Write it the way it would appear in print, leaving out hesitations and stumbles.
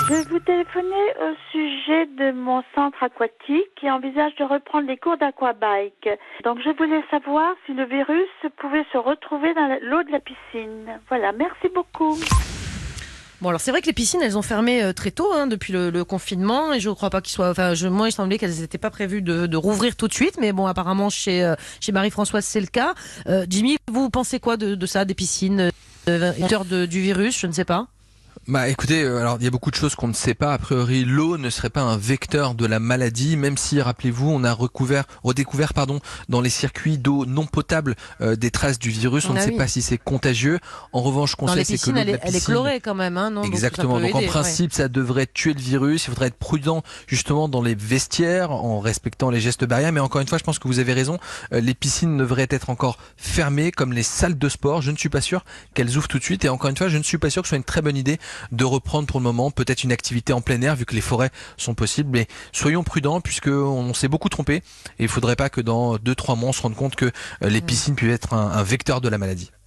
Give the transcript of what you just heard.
Je vous téléphonais au sujet de mon centre aquatique qui envisage de reprendre les cours d'aquabike. Donc je voulais savoir si le virus pouvait se retrouver dans l'eau de la piscine. Voilà, merci beaucoup. Bon, alors c'est vrai que les piscines, elles ont fermé très tôt depuis le confinement, et je ne crois pas qu'ils soient. Enfin, moi, il semblait qu'elles n'étaient pas prévues de rouvrir tout de suite, mais bon, apparemment chez Marie-Françoise, c'est le cas. Jimmy, vous pensez quoi de ça, des piscines, vecteurs du virus? Je ne sais pas. Bah écoutez, alors il y a beaucoup de choses qu'on ne sait pas. A priori, l'eau ne serait pas un vecteur de la maladie, même si, rappelez-vous, on a redécouvert dans les circuits d'eau non potable des traces du virus. On ne sait pas si c'est contagieux. En revanche, ce qu'on sait, c'est que l'eau de la piscine, elle est chlorée quand même, non? Exactement. Donc en principe, ça devrait tuer le virus. Il faudrait être prudent justement dans les vestiaires, en respectant les gestes barrières. Mais encore une fois, je pense que vous avez raison. Les piscines devraient être encore fermées, comme les salles de sport. Je ne suis pas sûr qu'elles ouvrent tout de suite. Et encore une fois, je ne suis pas sûr que ce soit une très bonne idée de reprendre pour le moment peut-être une activité en plein air vu que les forêts sont possibles, mais soyons prudents puisqu'on s'est beaucoup trompé et il ne faudrait pas que dans 2-3 mois on se rende compte que les piscines puissent être un vecteur de la maladie.